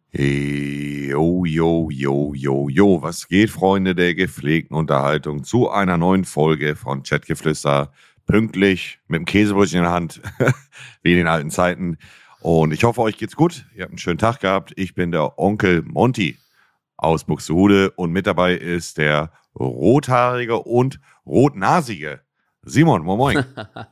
Jo, jo, jo, jo, jo. Was geht, Freunde der gepflegten Unterhaltung, zu einer neuen Folge von Chatgeflüster. Pünktlich mit dem Käsebrötchen in der Hand, wie in den alten Zeiten. Und ich hoffe, euch geht's gut. Ihr habt einen schönen Tag gehabt. Ich bin der Onkel Monty aus Buxtehude und mit dabei ist der rothaarige und rotnasige Simon. Moin, moin.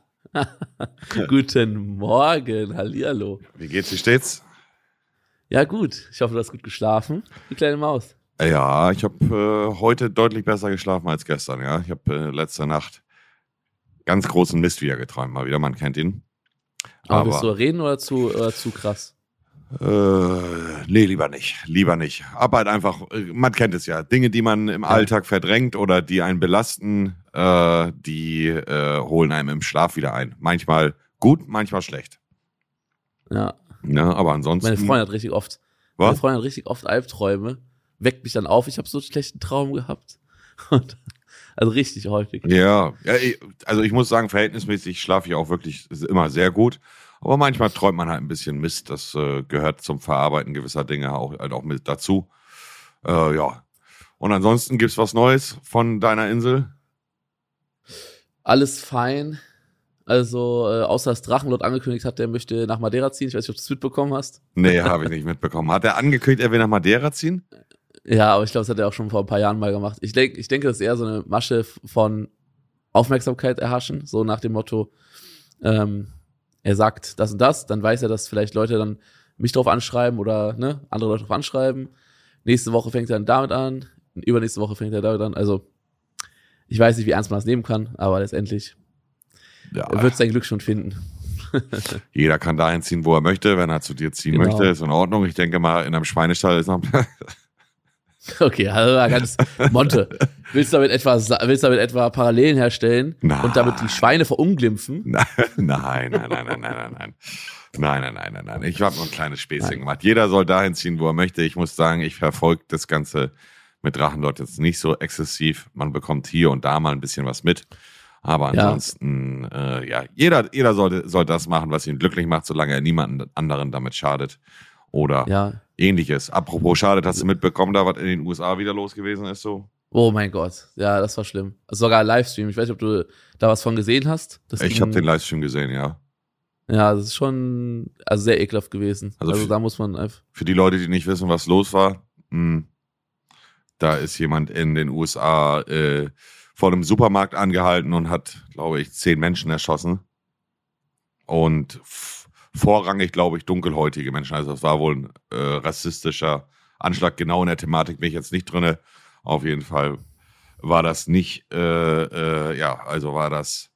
Guten Morgen, hallihallo. Wie geht's, wie steht's? Ja gut, ich hoffe, du hast gut geschlafen, die kleine Maus. Ja, ich habe heute deutlich besser geschlafen als gestern. Ja, ich habe letzte Nacht ganz großen Mist wieder geträumt. Mal wieder, man kennt ihn. Aber willst du reden oder zu krass? Nee, lieber nicht. Lieber nicht. Aber halt einfach, man kennt es ja. Dinge, die man im Alltag verdrängt oder die einen belasten, die holen einem im Schlaf wieder ein. Manchmal gut, manchmal schlecht. Ja. Ja, aber ansonsten. Meine Freundin hat richtig oft Albträume, weckt mich dann auf. Ich habe so einen schlechten Traum gehabt. Also richtig häufig. Ja, also ich muss sagen, verhältnismäßig schlafe ich auch wirklich immer sehr gut. Aber manchmal träumt man halt ein bisschen Mist. Das gehört zum Verarbeiten gewisser Dinge auch mit dazu. Ja. Und ansonsten gibt's was Neues von deiner Insel? Alles fein. Also, außer dass Drachenlord angekündigt hat, der möchte nach Madeira ziehen. Ich weiß nicht, ob du das mitbekommen hast. Nee, habe ich nicht mitbekommen. Hat er angekündigt, er will nach Madeira ziehen? Ja, aber ich glaube, das hat er auch schon vor ein paar Jahren mal gemacht. Ich denke, das ist eher so eine Masche von Aufmerksamkeit erhaschen. So nach dem Motto, er sagt das und das, dann weiß er, dass vielleicht Leute dann mich drauf anschreiben oder andere Leute drauf anschreiben. Nächste Woche fängt er dann damit an. Übernächste Woche fängt er damit an. Also, ich weiß nicht, wie ernst man das nehmen kann, aber letztendlich er wird sein Glück schon finden. Jeder kann dahin ziehen, wo er möchte. Wenn er zu dir ziehen möchte, ist in Ordnung. Ich denke mal, in einem Schweinestall ist noch... Okay, also ganz Monte. Willst du damit etwa Parallelen herstellen und damit die Schweine verunglimpfen? Nein. Ich habe nur ein kleines Späßchen gemacht. Jeder soll dahin ziehen, wo er möchte. Ich muss sagen, ich verfolge das Ganze mit Drachenlord jetzt nicht so exzessiv. Man bekommt hier und da mal ein bisschen was mit. Aber ansonsten, jeder soll das machen, was ihn glücklich macht, solange er niemanden anderen damit schadet oder ähnliches. Apropos schadet, hast du mitbekommen, da was in den USA wieder los gewesen ist so? Oh mein Gott, ja, das war schlimm. Also sogar ein Livestream, ich weiß nicht, ob du da was von gesehen hast. Ich habe den Livestream gesehen, ja. Ja, das ist schon sehr ekelhaft gewesen. Also da muss man einfach... Für die Leute, die nicht wissen, was los war, da ist jemand in den USA vor einem Supermarkt angehalten und hat, glaube ich, 10 Menschen erschossen. Und vorrangig, glaube ich, dunkelhäutige Menschen. Also das war wohl ein rassistischer Anschlag. Genau in der Thematik bin ich jetzt nicht drin. Auf jeden Fall war das nicht, war das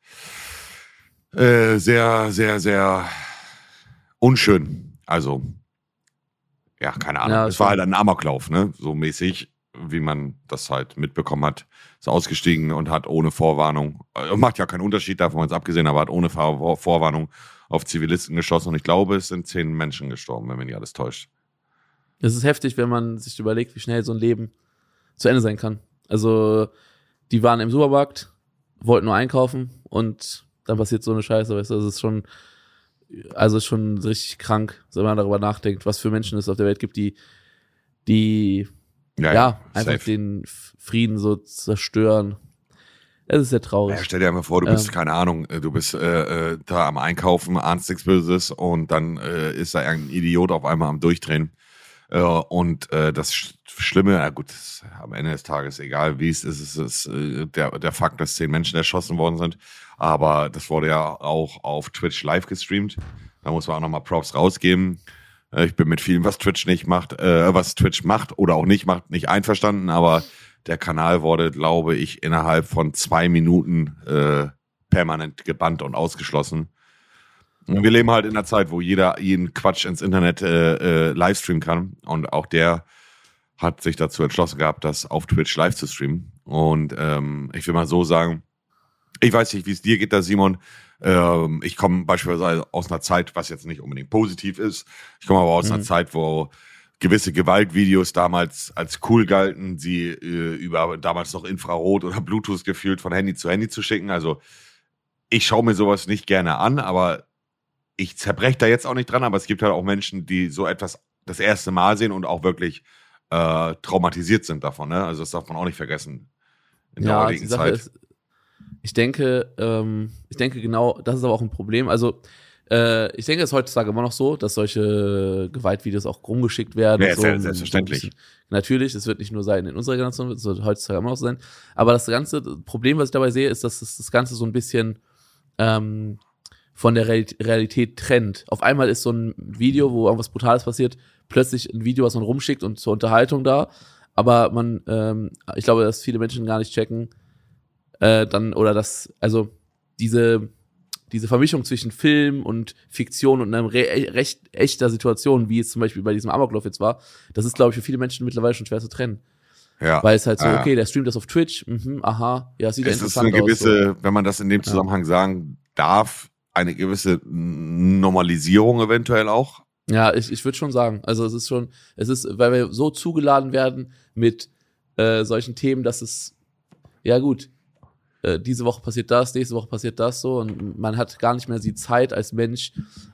sehr, sehr, sehr unschön. Also, ja, keine Ahnung. Ja, es war halt ein Amoklauf, ne? So mäßig, wie man das halt mitbekommen hat. Ist ausgestiegen und hat ohne Vorwarnung, macht ja keinen Unterschied, davon jetzt abgesehen, aber hat ohne Vorwarnung auf Zivilisten geschossen. Und ich glaube, es sind 10 Menschen gestorben, wenn mich nicht alles täuscht. Es ist heftig, wenn man sich überlegt, wie schnell so ein Leben zu Ende sein kann. Also, die waren im Supermarkt, wollten nur einkaufen und dann passiert so eine Scheiße, weißt du, das ist schon richtig krank, wenn man darüber nachdenkt, was für Menschen es auf der Welt gibt, die einfach den Frieden so zerstören. Es ist sehr traurig. Ja, stell dir mal vor, du bist, keine Ahnung, du bist da am Einkaufen, ahnst nichts Böses und dann ist da irgendein Idiot auf einmal am Durchdrehen. Und das Schlimme, na gut, am Ende des Tages, egal wie es ist der Fakt, dass 10 Menschen erschossen worden sind. Aber das wurde ja auch auf Twitch live gestreamt. Da muss man auch nochmal Props rausgeben. Ich bin mit vielem, was Twitch macht oder auch nicht macht, nicht einverstanden. Aber der Kanal wurde, glaube ich, innerhalb von 2 Minuten permanent gebannt und ausgeschlossen. Und wir leben halt in einer Zeit, wo jeder jeden Quatsch ins Internet livestreamen kann. Und auch der hat sich dazu entschlossen gehabt, das auf Twitch live zu streamen. Und ich will mal so sagen, ich weiß nicht, wie es dir geht da, Simon. Ich komme beispielsweise aus einer Zeit, was jetzt nicht unbedingt positiv ist. Ich komme aber aus einer Zeit, wo gewisse Gewaltvideos damals als cool galten, sie über damals noch Infrarot oder Bluetooth gefühlt von Handy zu schicken. Also ich schaue mir sowas nicht gerne an, aber ich zerbreche da jetzt auch nicht dran. Aber es gibt halt auch Menschen, die so etwas das erste Mal sehen und auch wirklich traumatisiert sind davon. Ne? Also das darf man auch nicht vergessen in der heutigen die Sache Zeit. ist, ich denke genau, das ist aber auch ein Problem. Also ich denke, es ist heutzutage immer noch so, dass solche Gewaltvideos auch rumgeschickt werden. Ja, So, selbstverständlich. So natürlich, es wird nicht nur sein in unserer Generation, es wird heutzutage immer noch so sein. Aber das ganze Problem, was ich dabei sehe, ist, dass das Ganze so ein bisschen von der Realität trennt. Auf einmal ist so ein Video, wo irgendwas Brutales passiert, plötzlich ein Video, was man rumschickt und zur Unterhaltung da. Aber ich glaube, dass viele Menschen gar nicht checken, diese Vermischung zwischen Film und Fiktion und einer recht echter Situation, wie es zum Beispiel bei diesem Amoklauf jetzt war, das ist, glaube ich, für viele Menschen mittlerweile schon schwer zu trennen. Ja. Weil es halt so, okay, der streamt das auf Twitch, aha, ja, sieht ja interessant aus. Es ist eine gewisse, so. Wenn man das in dem Zusammenhang sagen darf, eine gewisse Normalisierung eventuell auch. Ja, ich würde schon sagen, also es ist, weil wir so zugeladen werden mit solchen Themen, dass es, ja gut, diese Woche passiert das, nächste Woche passiert das so und man hat gar nicht mehr die Zeit als Mensch,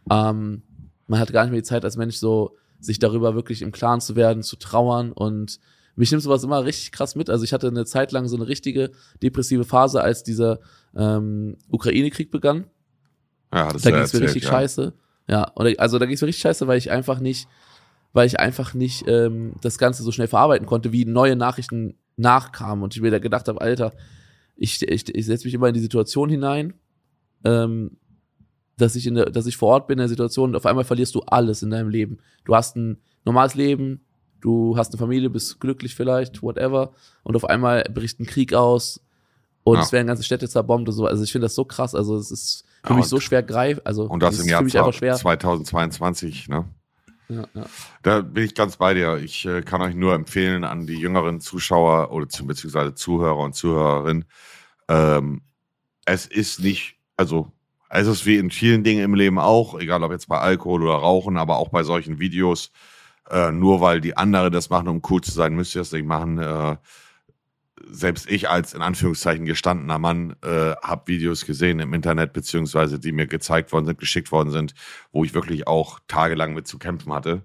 so sich darüber wirklich im Klaren zu werden, zu trauern und mich nimmt sowas immer richtig krass mit. Also ich hatte eine Zeit lang so eine richtige depressive Phase, als dieser Ukraine-Krieg begann. Ja, da ging es mir richtig scheiße. Ja, also da ging es mir richtig scheiße, weil ich einfach nicht das Ganze so schnell verarbeiten konnte, wie neue Nachrichten nachkamen und ich mir da gedacht habe, Alter, ich setze mich immer in die Situation hinein, dass ich vor Ort bin in der Situation und auf einmal verlierst du alles in deinem Leben. Du hast ein normales Leben, du hast eine Familie, bist glücklich vielleicht, whatever, und auf einmal bricht ein Krieg aus und es werden ganze Städte zerbombt und so. Also ich finde das so krass, also es ist für mich so schwer greif, also und das im Jahr 2022, ne? Ja. Da bin ich ganz bei dir. Ich kann euch nur empfehlen an die jüngeren Zuschauer oder beziehungsweise Zuhörer und Zuhörerinnen, es ist nicht, also es ist wie in vielen Dingen im Leben auch, egal ob jetzt bei Alkohol oder Rauchen, aber auch bei solchen Videos, nur weil die anderen das machen, um cool zu sein, müsst ihr das nicht machen. Selbst ich als in Anführungszeichen gestandener Mann habe Videos gesehen im Internet, beziehungsweise die mir gezeigt worden sind, geschickt worden sind, wo ich wirklich auch tagelang mit zu kämpfen hatte.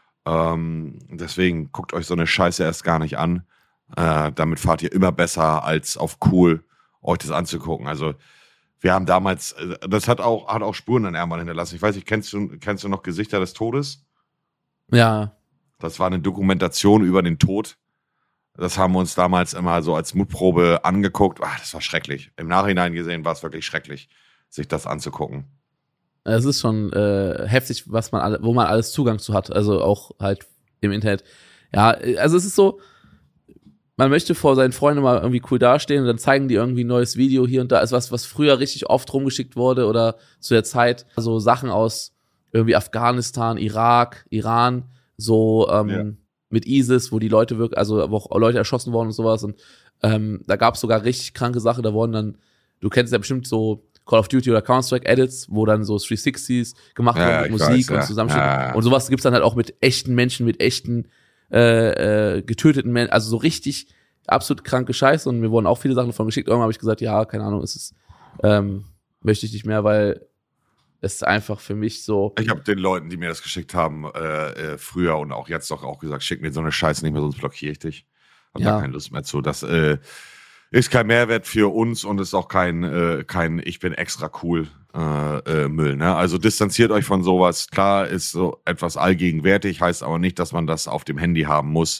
Deswegen guckt euch so eine Scheiße erst gar nicht an. Damit fahrt ihr immer besser als auf cool euch das anzugucken. Also wir haben damals, das hat auch Spuren an Ärmel hinterlassen. Ich weiß nicht, kennst du noch Gesichter des Todes? Ja. Das war eine Dokumentation über den Tod. Das haben wir uns damals immer so als Mutprobe angeguckt. Das war schrecklich. Im Nachhinein gesehen war es wirklich schrecklich, sich das anzugucken. Es ist schon heftig, wo man alles Zugang zu hat. Also auch halt im Internet. Ja, also es ist so, man möchte vor seinen Freunden mal irgendwie cool dastehen und dann zeigen die irgendwie ein neues Video hier und da. Also was früher richtig oft rumgeschickt wurde oder zu der Zeit so Sachen aus irgendwie Afghanistan, Irak, Iran, so mit ISIS, wo die Leute wirklich, also wo auch Leute erschossen worden und sowas. Und da gab es sogar richtig kranke Sachen. Da wurden dann, du kennst ja bestimmt so Call of Duty oder Counter-Strike Edits, wo dann so 360s gemacht wurden mit Musik und Zusammenschnitt. Ja. Und sowas gibt's dann halt auch mit echten Menschen, mit echten getöteten Menschen, also so richtig absolut kranke Scheiße. Und mir wurden auch viele Sachen davon geschickt. Irgendwann habe ich gesagt, ja, keine Ahnung, möchte ich nicht mehr, weil es einfach für mich so. Ich habe den Leuten, die mir das geschickt haben, früher und auch jetzt doch auch gesagt, schick mir so eine Scheiße nicht mehr, sonst blockiere ich dich. Hab da keine Lust mehr zu. Das ist kein Mehrwert für uns und ist auch kein ich bin extra cool Müll. Ne? Also distanziert euch von sowas. Klar ist so etwas allgegenwärtig, heißt aber nicht, dass man das auf dem Handy haben muss.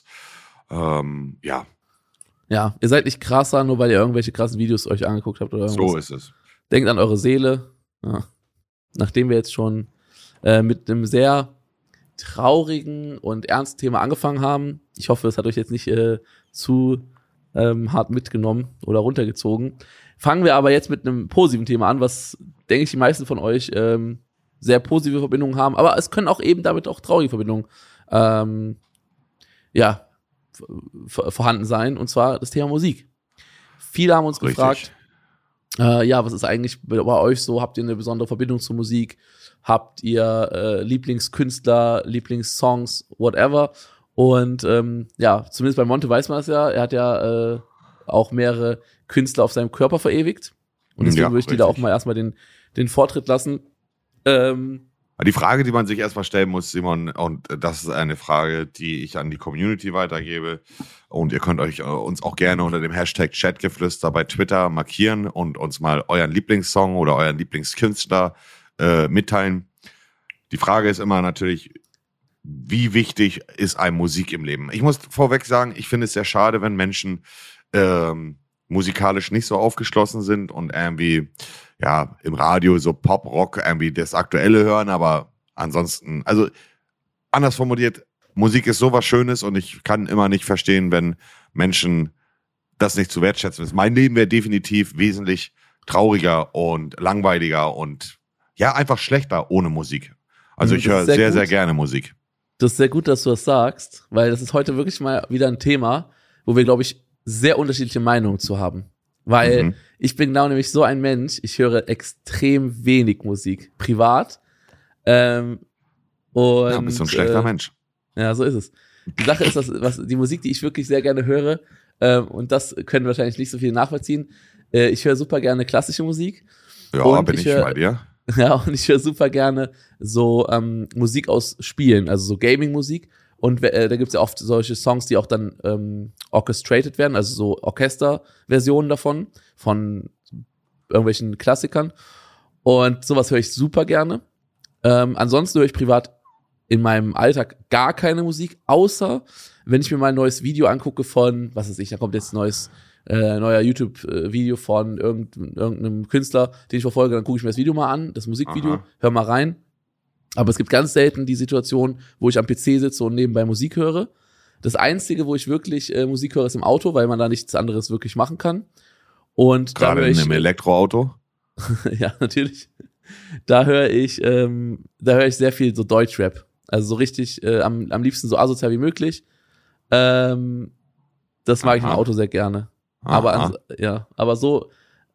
Ja. Ja, ihr seid nicht krasser, nur weil ihr irgendwelche krassen Videos euch angeguckt habt oder irgendwas. So ist es. Denkt an eure Seele. Ja. Nachdem wir jetzt schon mit einem sehr traurigen und ernsten Thema angefangen haben, ich hoffe, es hat euch jetzt nicht zu hart mitgenommen oder runtergezogen, fangen wir aber jetzt mit einem positiven Thema an, was, denke ich, die meisten von euch sehr positive Verbindungen haben, aber es können auch eben damit auch traurige Verbindungen vorhanden sein, und zwar das Thema Musik. Viele haben uns gefragt, was ist eigentlich bei euch so? Habt ihr eine besondere Verbindung zur Musik? Habt ihr Lieblingskünstler, Lieblingssongs, whatever? Und zumindest bei Monte weiß man das ja. Er hat ja auch mehrere Künstler auf seinem Körper verewigt. Und deswegen würde ich dir da auch mal erstmal den Vortritt lassen. Die Frage, die man sich erstmal stellen muss, Simon, und das ist eine Frage, die ich an die Community weitergebe. Und ihr könnt uns auch gerne unter dem Hashtag Chatgeflüster bei Twitter markieren und uns mal euren Lieblingssong oder euren Lieblingskünstler mitteilen. Die Frage ist immer natürlich, wie wichtig ist einem Musik im Leben? Ich muss vorweg sagen, ich finde es sehr schade, wenn Menschen musikalisch nicht so aufgeschlossen sind und irgendwie ja im Radio so Pop, Rock irgendwie das Aktuelle hören, aber ansonsten, also anders formuliert, Musik ist sowas Schönes und ich kann immer nicht verstehen, wenn Menschen das nicht zu wertschätzen wissen. Mein Leben wäre definitiv wesentlich trauriger und langweiliger und ja, einfach schlechter ohne Musik. Also ich höre sehr, sehr gerne Musik. Das ist sehr gut, dass du das sagst, weil das ist heute wirklich mal wieder ein Thema, wo wir, glaube ich, sehr unterschiedliche Meinungen zu haben. Weil ich bin genau nämlich so ein Mensch, ich höre extrem wenig Musik, privat. Und, ja, bist du ein schlechter Mensch. Ja, so ist es. Die Sache ist, dass die Musik, die ich wirklich sehr gerne höre, und das können wahrscheinlich nicht so viele nachvollziehen, ich höre super gerne klassische Musik. Ja, und bin ich bei dir. Ja, und ich höre super gerne so Musik aus Spielen, also so Gaming-Musik. Und da gibt's ja oft solche Songs, die auch dann orchestrated werden, also so Orchesterversionen davon, von irgendwelchen Klassikern. Und sowas höre ich super gerne. Ansonsten höre ich privat in meinem Alltag gar keine Musik, außer wenn ich mir mal ein neues Video angucke von, was weiß ich, da kommt jetzt ein neuer YouTube-Video von irgendeinem Künstler, den ich verfolge, dann gucke ich mir das Video mal an, das Musikvideo, hör mal rein. Aber es gibt ganz selten die Situation, wo ich am PC sitze und nebenbei Musik höre. Das Einzige, wo ich wirklich Musik höre, ist im Auto, weil man da nichts anderes wirklich machen kann. Und gerade in einem Elektroauto? Ja, natürlich. Da höre ich sehr viel so Deutschrap. Also so richtig, am liebsten so asozial wie möglich. Das mag ich im Auto sehr gerne. Aber so,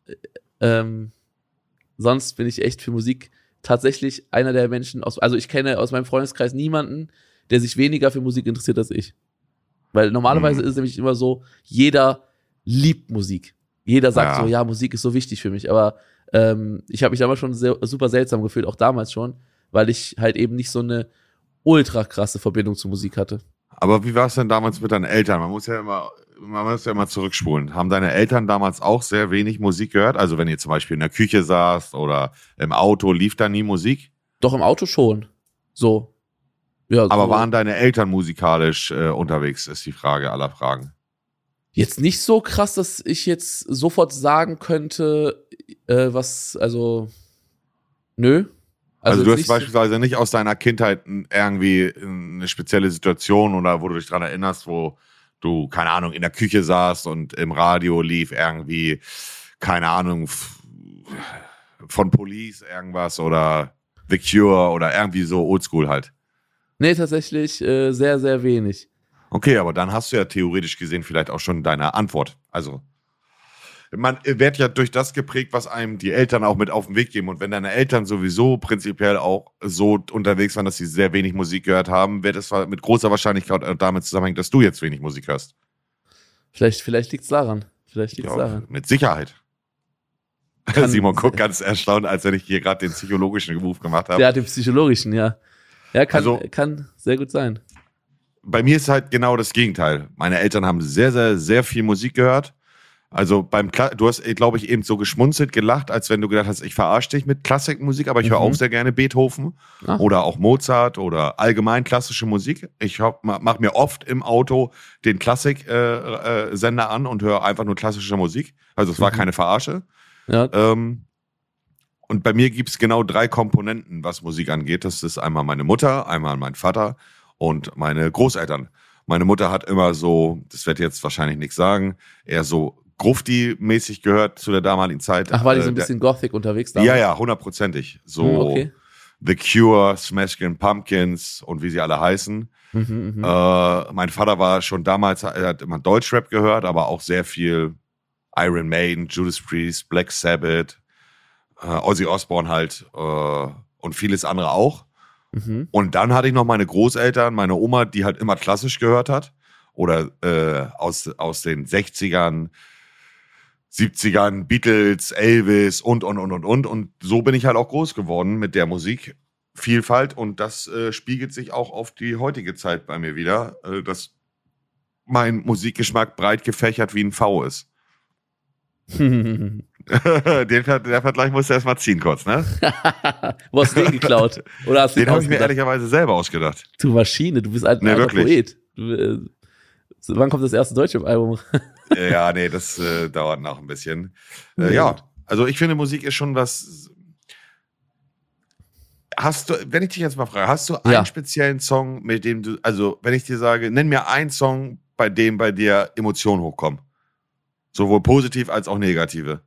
sonst bin ich echt für Musik tatsächlich einer der Menschen also ich kenne aus meinem Freundeskreis niemanden, der sich weniger für Musik interessiert als ich. Weil normalerweise ist es nämlich immer so, jeder liebt Musik. Jeder sagt so, ja, Musik ist so wichtig für mich. Aber ich habe mich damals schon super seltsam gefühlt, auch damals schon, weil ich halt eben nicht so eine ultra krasse Verbindung zu Musik hatte. Aber wie war es denn damals mit deinen Eltern? Man muss ja immer zurückspulen. Haben deine Eltern damals auch sehr wenig Musik gehört? Also wenn ihr zum Beispiel in der Küche saßt oder im Auto, lief da nie Musik? Doch, im Auto schon. So. Ja, aber so. Waren deine Eltern musikalisch unterwegs, ist die Frage aller Fragen. Jetzt nicht so krass, dass ich jetzt sofort sagen könnte, nö. Also du hast beispielsweise nicht aus deiner Kindheit irgendwie eine spezielle Situation oder wo du dich dran erinnerst, wo du, keine Ahnung, in der Küche saßt und im Radio lief irgendwie, keine Ahnung, von Police irgendwas oder The Cure oder irgendwie so oldschool halt. Nee, tatsächlich sehr, sehr wenig. Okay, aber dann hast du ja theoretisch gesehen vielleicht auch schon deine Antwort. Also man wird ja durch das geprägt, was einem die Eltern auch mit auf den Weg geben. Und wenn deine Eltern sowieso prinzipiell auch so unterwegs waren, dass sie sehr wenig Musik gehört haben, wird es mit großer Wahrscheinlichkeit damit zusammenhängen, dass du jetzt wenig Musik hörst. Vielleicht liegt's daran. Daran. Mit Sicherheit. Simon guckt ganz erstaunt, als wenn ich hier gerade den psychologischen Move gemacht habe. Ja, den psychologischen, ja. Ja, kann sehr gut sein. Bei mir ist halt genau das Gegenteil. Meine Eltern haben sehr, sehr, sehr viel Musik gehört. Also du hast, glaube ich, eben so geschmunzelt, gelacht, als wenn du gedacht hast, ich verarsche dich mit Klassikmusik, aber ich höre auch sehr gerne Beethoven oder auch Mozart oder allgemein klassische Musik. Ich mache mir oft im Auto den Klassik-Sender an und höre einfach nur klassische Musik. Also es war keine Verarsche. Ja. Und bei mir gibt es genau 3 Komponenten, was Musik angeht. Das ist einmal meine Mutter, einmal mein Vater und meine Großeltern. Meine Mutter hat immer so, das wird jetzt wahrscheinlich nichts sagen, eher so Grufti-mäßig gehört zu der damaligen Zeit. Ach, war die so ein bisschen Gothic unterwegs da? Ja, 100%. So okay. The Cure, Smashing Pumpkins und wie sie alle heißen. Mein Vater war schon damals, er hat immer Deutschrap gehört, aber auch sehr viel Iron Maiden, Judas Priest, Black Sabbath, Ozzy Osbourne halt und vieles andere auch. Und dann hatte ich noch meine Großeltern, meine Oma, die halt immer klassisch gehört hat. Oder aus den 60ern, 70ern, Beatles, Elvis und. Und so bin ich halt auch groß geworden mit der Musik. Vielfalt und das spiegelt sich auch auf die heutige Zeit bei mir wieder, dass mein Musikgeschmack breit gefächert wie ein V ist. Der Vergleich musst du erst mal ziehen kurz, ne? Wo hast du den geklaut? Oder hast du Den habe ich mir ehrlicherweise selber ausgedacht. Du Maschine, du bist ein alter Poet. Wann kommt das erste deutsche Album? Ja, nee, das dauert noch ein bisschen. Ja, also ich finde, Musik ist schon was. Hast du, wenn ich dich jetzt mal frage, hast du einen speziellen Song, mit dem du, also wenn ich dir sage, nenn mir einen Song, bei dem bei dir Emotionen hochkommen? Sowohl positiv als auch negative.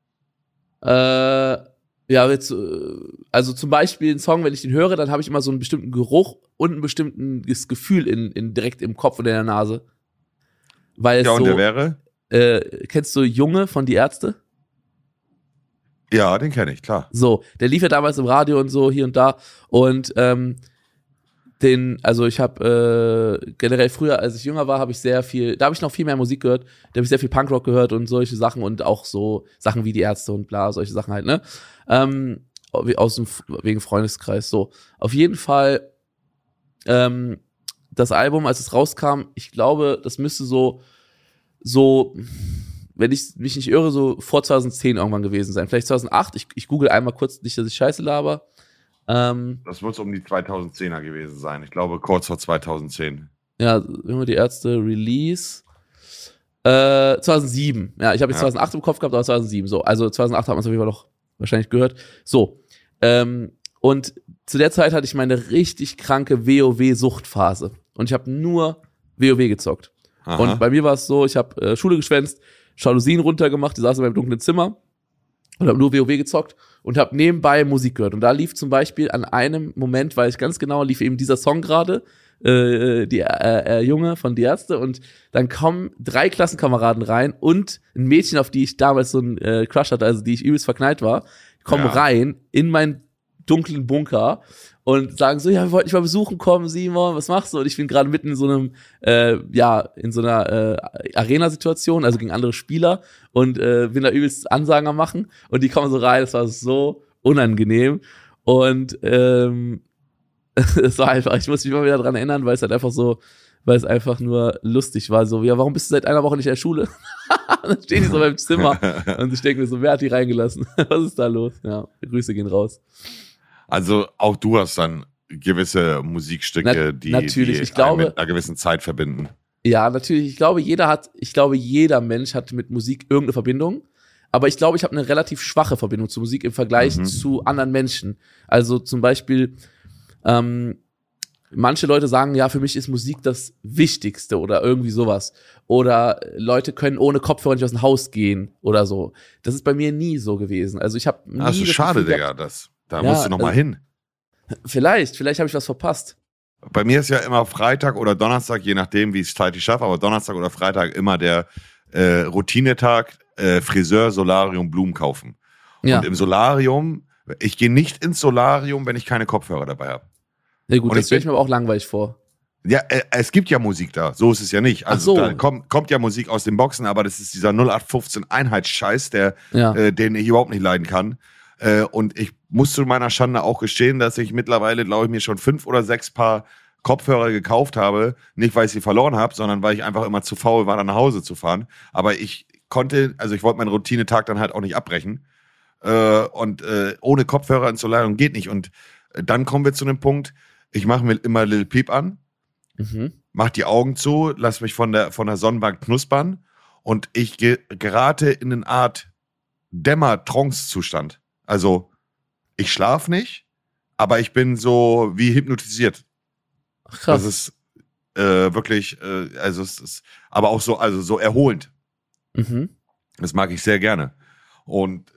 Ja, jetzt, also zum Beispiel einen Song, wenn ich den höre, dann habe ich immer so einen bestimmten Geruch und ein bestimmtes Gefühl direkt im Kopf und in der Nase. Weil es ja, und so, der wäre? Kennst du Junge von Die Ärzte? Ja, den kenne ich, klar. So, der lief ja damals im Radio und so hier und da und also ich habe generell früher, als ich jünger war, da habe ich noch viel mehr Musik gehört, da habe ich sehr viel Punkrock gehört und solche Sachen und auch so Sachen wie Die Ärzte und bla, solche Sachen halt, ne? Wegen Freundeskreis, so. Auf jeden Fall, das Album, als es rauskam, ich glaube, das müsste so, wenn ich mich nicht irre, so vor 2010 irgendwann gewesen sein. Vielleicht 2008, ich google einmal kurz, nicht, dass ich Scheiße laber. Das muss um die 2010er gewesen sein. Ich glaube, kurz vor 2010. Ja, immer die Ärzte Release. 2007. Ja, ich habe jetzt 2008 im Kopf gehabt, aber 2007. So, also 2008 hat man es auf jeden Fall noch wahrscheinlich gehört. So, und zu der Zeit hatte ich meine richtig kranke WoW-Suchtphase. Und ich habe nur WoW gezockt. Aha. Und bei mir war es so, ich habe Schule geschwänzt, Jalousien runtergemacht, die saß in meinem dunklen Zimmer und habe nur WoW gezockt und habe nebenbei Musik gehört. Und da lief zum Beispiel an einem Moment, weiß ich ganz genau, lief eben dieser Song gerade, die Junge von Die Ärzte, und dann kommen 3 Klassenkameraden rein und ein Mädchen, auf die ich damals so einen Crush hatte, also die ich übelst verknallt war, kommen rein in meinen dunklen Bunker und sagen so, ja, wir wollten dich mal besuchen kommen, Simon, was machst du? Und ich bin gerade mitten in so einem, in so einer Arena-Situation, also gegen andere Spieler, und bin da übelst Ansagen am machen und die kommen so rein, das war so unangenehm und es war einfach, ich muss mich immer wieder dran erinnern, weil es einfach nur lustig war, so, ja, warum bist du seit einer Woche nicht in der Schule? Dann stehen die so beim Zimmer und ich denke mir so, wer hat die reingelassen? Was ist da los? Ja, Grüße gehen raus. Also auch du hast dann gewisse Musikstücke, die mit einer gewissen Zeit verbinden. Ja, natürlich. Ich glaube, jeder Mensch hat mit Musik irgendeine Verbindung. Aber ich glaube, ich habe eine relativ schwache Verbindung zu Musik im Vergleich zu anderen Menschen. Also zum Beispiel, manche Leute sagen, ja, für mich ist Musik das Wichtigste oder irgendwie sowas. Oder Leute können ohne Kopfhörer nicht aus dem Haus gehen oder so. Das ist bei mir nie so gewesen. Also ich habe nie. Das ist schade, Digga, da musst du noch mal hin. Vielleicht habe ich was verpasst. Bei mir ist ja immer Freitag oder Donnerstag, je nachdem, wie ich es zeitlich schaffe, aber Donnerstag oder Freitag immer der Routinetag, Friseur, Solarium, Blumen kaufen. Ja. Und im Solarium, ich gehe nicht ins Solarium, wenn ich keine Kopfhörer dabei habe. Ja gut, das stelle ich mir aber auch langweilig vor. Ja, es gibt ja Musik da, so ist es ja nicht. Also da kommt ja Musik aus den Boxen, aber das ist dieser 0815 Einheitsscheiß, den ich überhaupt nicht leiden kann. Und ich muss zu meiner Schande auch gestehen, dass ich mittlerweile, glaube ich, mir schon 5 oder 6 Paar Kopfhörer gekauft habe. Nicht, weil ich sie verloren habe, sondern weil ich einfach immer zu faul war, dann nach Hause zu fahren. Aber ich wollte meinen Routinetag dann halt auch nicht abbrechen. Und ohne Kopfhörer ins Solarium geht nicht. Und dann kommen wir zu einem Punkt, ich mache mir immer Lil Peep an, mach die Augen zu, lass mich von der Sonnenbank knuspern und ich gerate in eine Art Dämmer-Trance-Zustand. Also, ich schlafe nicht, aber ich bin so wie hypnotisiert. Ach, krass. Das ist wirklich, es ist aber auch so, also so erholend. Das mag ich sehr gerne. Und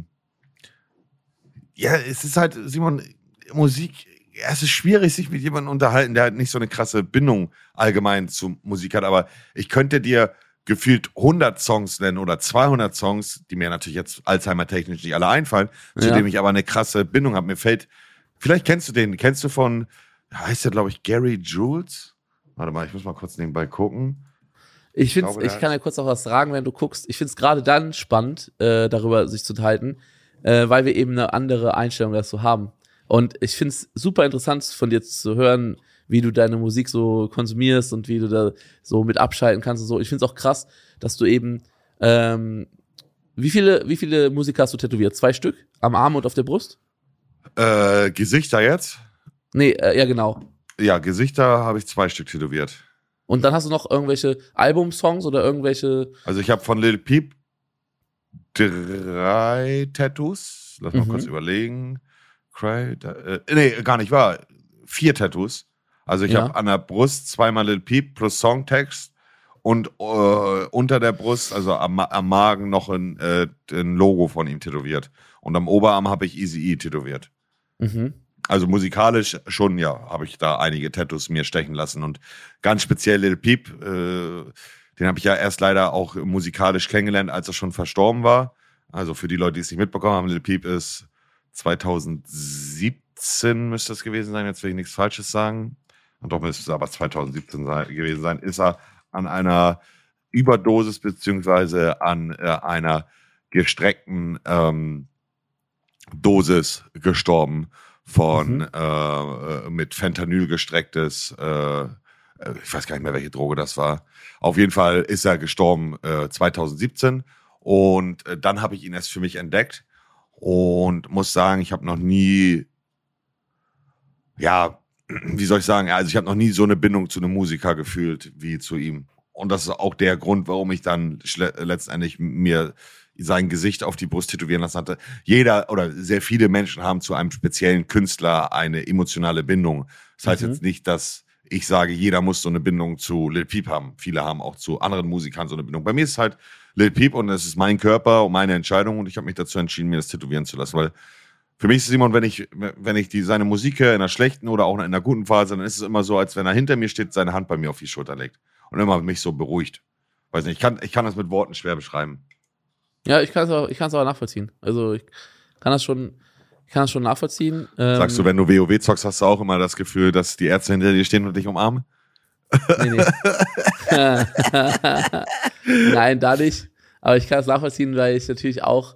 ja, es ist halt, Simon, Musik, es ist schwierig, sich mit jemandem unterhalten, der halt nicht so eine krasse Bindung allgemein zu Musik hat, aber ich könnte dir gefühlt 100 Songs nennen oder 200 Songs, die mir natürlich jetzt Alzheimer-technisch nicht alle einfallen, zu dem ich aber eine krasse Bindung habe. Vielleicht kennst du von, heißt der, glaube ich, Gary Jules? Warte mal, ich muss mal kurz nebenbei gucken. Ich kann ja kurz noch was sagen, wenn du guckst. Ich finde es gerade dann spannend, darüber sich zu unterhalten, weil wir eben eine andere Einstellung dazu haben. Und ich finde es super interessant von dir zu hören, wie du deine Musik so konsumierst und wie du da so mit abschalten kannst und so. Ich finde es auch krass, dass du eben, wie viele Musiker hast du tätowiert? 2 Stück? Am Arm und auf der Brust? Gesichter jetzt? Nee, ja genau. Ja, Gesichter habe ich 2 Stück tätowiert. Und dann hast du noch irgendwelche Albumsongs oder irgendwelche. Also ich habe von Lil Peep 3 Tattoos. Lass mal kurz überlegen. Nee, gar nicht wahr. 4 Tattoos. Also ich habe an der Brust 2-mal Lil Peep plus Songtext und unter der Brust, also am Magen noch ein Logo von ihm tätowiert. Und am Oberarm habe ich Eazy-E tätowiert. Mhm. Also musikalisch schon, ja, habe ich da einige Tattoos mir stechen lassen. Und ganz speziell Lil Peep, den habe ich ja erst leider auch musikalisch kennengelernt, als er schon verstorben war. Also für die Leute, die es nicht mitbekommen haben, Lil Peep ist 2017 müsste es gewesen sein, jetzt will ich nichts Falsches sagen. Und doch müsste es aber 2017 gewesen sein, ist er an einer Überdosis beziehungsweise an einer gestreckten Dosis gestorben von mit Fentanyl gestrecktes, ich weiß gar nicht mehr, welche Droge das war. Auf jeden Fall ist er gestorben 2017 und dann habe ich ihn erst für mich entdeckt und muss sagen, ich habe noch nie, ja, wie soll ich sagen, also ich habe noch nie so eine Bindung zu einem Musiker gefühlt wie zu ihm. Und das ist auch der Grund, warum ich dann letztendlich mir sein Gesicht auf die Brust tätowieren lassen hatte. Jeder oder sehr viele Menschen haben zu einem speziellen Künstler eine emotionale Bindung. Das heißt jetzt nicht, dass ich sage, jeder muss so eine Bindung zu Lil Peep haben. Viele haben auch zu anderen Musikern so eine Bindung. Bei mir ist es halt Lil Peep und es ist mein Körper und meine Entscheidung und ich habe mich dazu entschieden, mir das tätowieren zu lassen, weil für mich ist Simon, wenn ich seine Musik höre in einer schlechten oder auch in einer guten Phase, dann ist es immer so, als wenn er hinter mir steht, seine Hand bei mir auf die Schulter legt und immer mich so beruhigt. Weiß nicht, ich kann das mit Worten schwer beschreiben. Ja, ich kann es auch nachvollziehen. Also ich kann das schon nachvollziehen. Sagst du, wenn du WoW zockst, hast du auch immer das Gefühl, dass die Ärzte hinter dir stehen und dich umarmen? Nee. Nein, da nicht. Aber ich kann es nachvollziehen, weil ich natürlich auch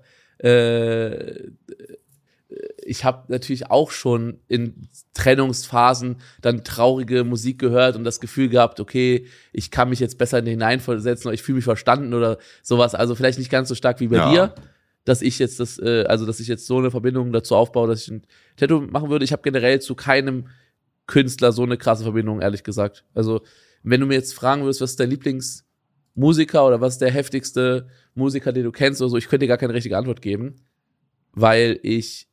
ich habe natürlich auch schon in Trennungsphasen dann traurige Musik gehört und das Gefühl gehabt, okay, ich kann mich jetzt besser hineinversetzen oder ich fühle mich verstanden oder sowas. Also vielleicht nicht ganz so stark wie bei dir, dass ich jetzt dass ich jetzt so eine Verbindung dazu aufbaue, dass ich ein Tattoo machen würde. Ich habe generell zu keinem Künstler so eine krasse Verbindung, ehrlich gesagt. Also wenn du mir jetzt fragen würdest, was ist dein Lieblingsmusiker oder was ist der heftigste Musiker, den du kennst oder so, ich könnte dir gar keine richtige Antwort geben, weil ich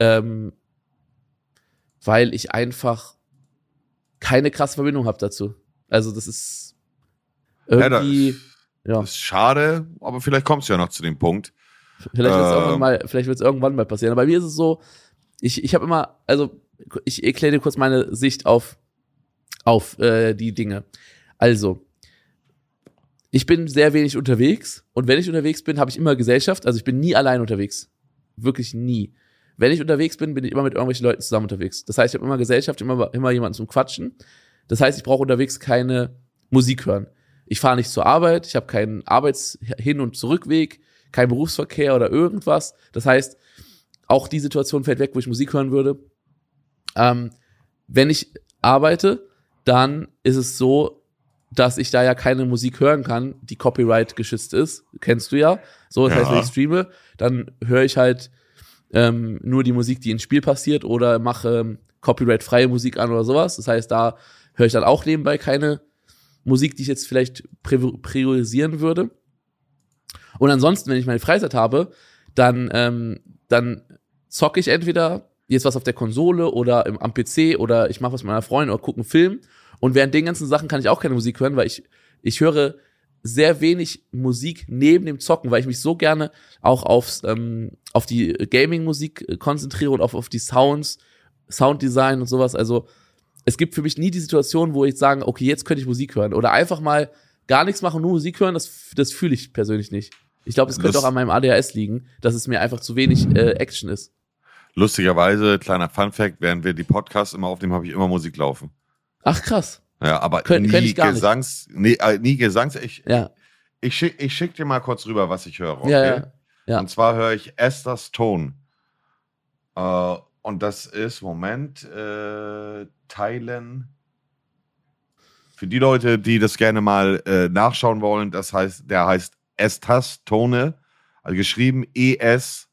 einfach keine krasse Verbindung habe dazu. Also das ist irgendwie, das ist schade, aber vielleicht kommst du ja noch zu dem Punkt. Vielleicht wird es irgendwann mal passieren. Aber bei mir ist es so, ich habe immer, also ich erkläre dir kurz meine Sicht auf die Dinge. Also, ich bin sehr wenig unterwegs und wenn ich unterwegs bin, habe ich immer Gesellschaft. Also ich bin nie allein unterwegs. Wirklich nie. Wenn ich unterwegs bin, bin ich immer mit irgendwelchen Leuten zusammen unterwegs. Das heißt, ich habe immer Gesellschaft, immer jemanden zum Quatschen. Das heißt, ich brauche unterwegs keine Musik hören. Ich fahre nicht zur Arbeit, ich habe keinen Arbeits-Hin- und Zurückweg, keinen Berufsverkehr oder irgendwas. Das heißt, auch die Situation fällt weg, wo ich Musik hören würde. Wenn ich arbeite, dann ist es so, dass ich da ja keine Musik hören kann, die Copyright geschützt ist. Kennst du ja. So, das heißt, wenn ich streame, dann höre ich halt nur die Musik, die ins Spiel passiert oder mache Copyright-freie Musik an oder sowas. Das heißt, da höre ich dann auch nebenbei keine Musik, die ich jetzt vielleicht priorisieren würde. Und ansonsten, wenn ich meine Freizeit habe, dann zocke ich entweder jetzt was auf der Konsole oder am PC oder ich mache was mit meiner Freundin oder gucke einen Film. Und während den ganzen Sachen kann ich auch keine Musik hören, weil ich höre sehr wenig Musik neben dem Zocken, weil ich mich so gerne auch auf die Gaming-Musik konzentriere und auf die Sounddesign und sowas. Also es gibt für mich nie die Situation, wo ich sage, okay, jetzt könnte ich Musik hören. Oder einfach mal gar nichts machen, nur Musik hören, das fühle ich persönlich nicht. Ich glaube, das könnte auch an meinem ADHS liegen, dass es mir einfach zu wenig Action ist. Lustigerweise, kleiner Funfact, während wir die Podcasts immer aufnehmen, habe ich immer Musik laufen. Ach, krass. Ja, aber nie Gesangs. Nie Gesangs. Ja. Ich schick dir mal kurz rüber, was ich höre. Okay? Ja. Und zwar höre ich Esther's Tone. Und das ist, Moment, teilen. Für die Leute, die das gerne mal nachschauen wollen, der heißt Estas Tone, also geschrieben ESTAS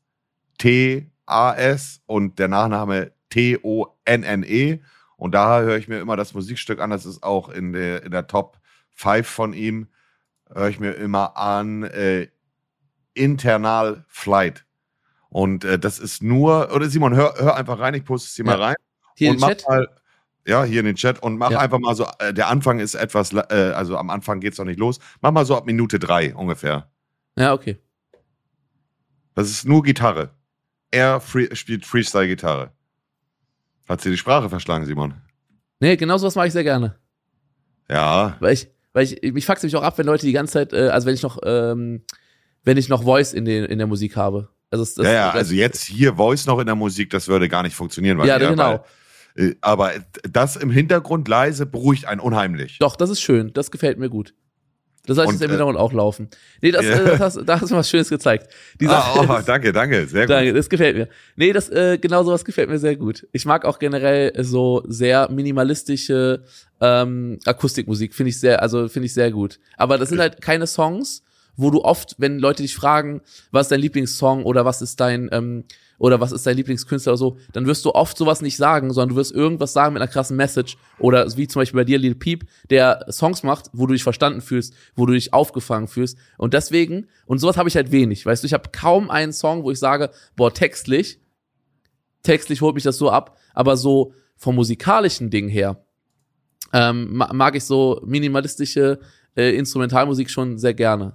und der Nachname TONNE. Und da höre ich mir immer das Musikstück an, das ist auch in der Top 5 von ihm, höre ich mir immer an Internal Flight. Und das ist nur, oder Simon, hör einfach rein, ich poste es hier mal rein. Hier und in den Chat? Hier in den Chat und mach einfach mal so, der Anfang ist etwas, also am Anfang geht's noch nicht los, mach mal so ab Minute 3 ungefähr. Ja, okay. Das ist nur Gitarre. Er spielt Freestyle-Gitarre. Hat sie die Sprache verschlagen, Simon? Nee, genau sowas mache ich sehr gerne. Ja. Weil ich fuck's mich auch ab, wenn Leute die ganze Zeit, also wenn ich noch Voice in der Musik habe. Also also jetzt hier Voice noch in der Musik, das würde gar nicht funktionieren. Genau. Aber das im Hintergrund leise beruhigt einen unheimlich. Doch, das ist schön, das gefällt mir gut. Das heißt, jetzt im Hintergrund auch laufen. Nee, da hast du was Schönes gezeigt. Danke, sehr gut. Danke, das gefällt mir. Nee, genau sowas gefällt mir sehr gut. Ich mag auch generell so sehr minimalistische Akustikmusik, finde ich sehr gut. Aber das sind halt keine Songs, wo du oft, wenn Leute dich fragen, was ist dein Lieblingssong oder was ist dein Lieblingskünstler oder so, dann wirst du oft sowas nicht sagen, sondern du wirst irgendwas sagen mit einer krassen Message oder wie zum Beispiel bei dir Lil Peep, der Songs macht, wo du dich verstanden fühlst, wo du dich aufgefangen fühlst und deswegen, und sowas habe ich halt wenig, weißt du, ich habe kaum einen Song, wo ich sage, boah, textlich holt mich das so ab, aber so vom musikalischen Ding her mag ich so minimalistische Instrumentalmusik schon sehr gerne.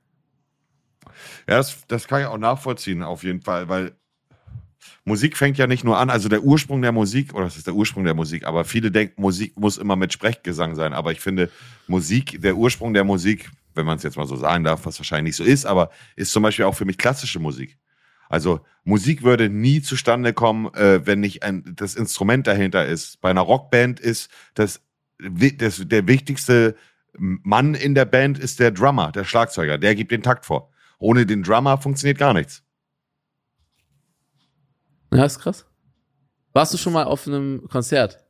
Ja, das kann ich auch nachvollziehen, auf jeden Fall, weil Musik fängt ja nicht nur an, also der Ursprung der Musik, oder das ist der Ursprung der Musik, aber viele denken, Musik muss immer mit Sprechgesang sein, aber ich finde, der Ursprung der Musik, wenn man es jetzt mal so sagen darf, was wahrscheinlich nicht so ist, aber ist zum Beispiel auch für mich klassische Musik. Also Musik würde nie zustande kommen, wenn nicht das Instrument dahinter ist. Bei einer Rockband ist der wichtigste Mann in der Band ist der Drummer, der Schlagzeuger, der gibt den Takt vor. Ohne den Drummer funktioniert gar nichts. Ja, ist krass. Warst du schon mal auf einem Konzert?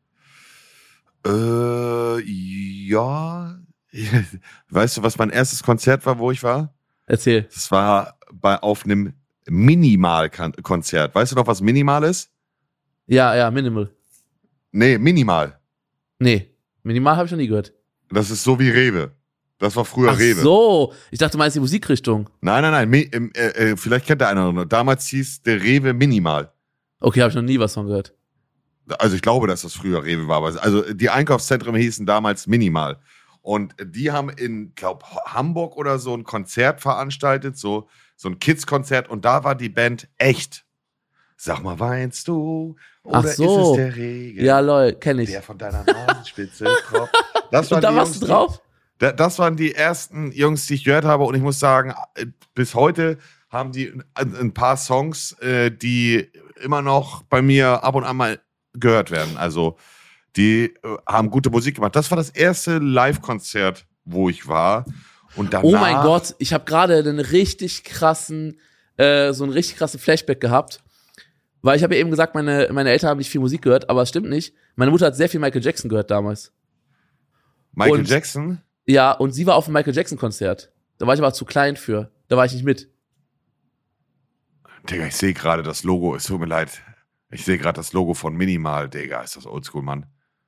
Ja. Weißt du, was mein erstes Konzert war, wo ich war? Erzähl. Das war auf einem Minimal-Konzert. Weißt du noch, was Minimal ist? Ja, Minimal. Nee, Minimal. Nee, Minimal habe ich noch nie gehört. Das ist so wie Rewe. Das war früher Rewe. Ach so, ich dachte, du meinst die Musikrichtung. Nein. Vielleicht kennt der eine noch. Damals hieß der Rewe Minimal. Okay, habe ich noch nie was von gehört. Also ich glaube, dass das früher Rewe war. Also die Einkaufszentren hießen damals Minimal. Und die haben in, glaube Hamburg oder so ein Konzert veranstaltet, so ein Kids-Konzert. Und da war die Band echt. Sag mal, weinst du? Oder Ach so. ist es der Regen? Ja, lol, kenn ich. Der von deiner Nasenspitze tropft. Und da warst du drauf? Das waren die ersten Jungs, die ich gehört habe. Und ich muss sagen, bis heute haben die ein paar Songs, die immer noch bei mir ab und an mal gehört werden. Also die haben gute Musik gemacht. Das war das erste Live-Konzert, wo ich war. Und danach, oh mein Gott, ich habe gerade so einen richtig krassen Flashback gehabt. Weil ich habe ja eben gesagt, meine Eltern haben nicht viel Musik gehört, aber es stimmt nicht. Meine Mutter hat sehr viel Michael Jackson gehört damals. Michael Jackson? Ja, und sie war auf dem Michael Jackson Konzert. Da war ich aber zu klein für. Da war ich nicht mit. Digga, ich sehe gerade das Logo. Es tut mir leid. Ich sehe gerade das Logo von Minimal. Digga, ist das oldschool, Mann.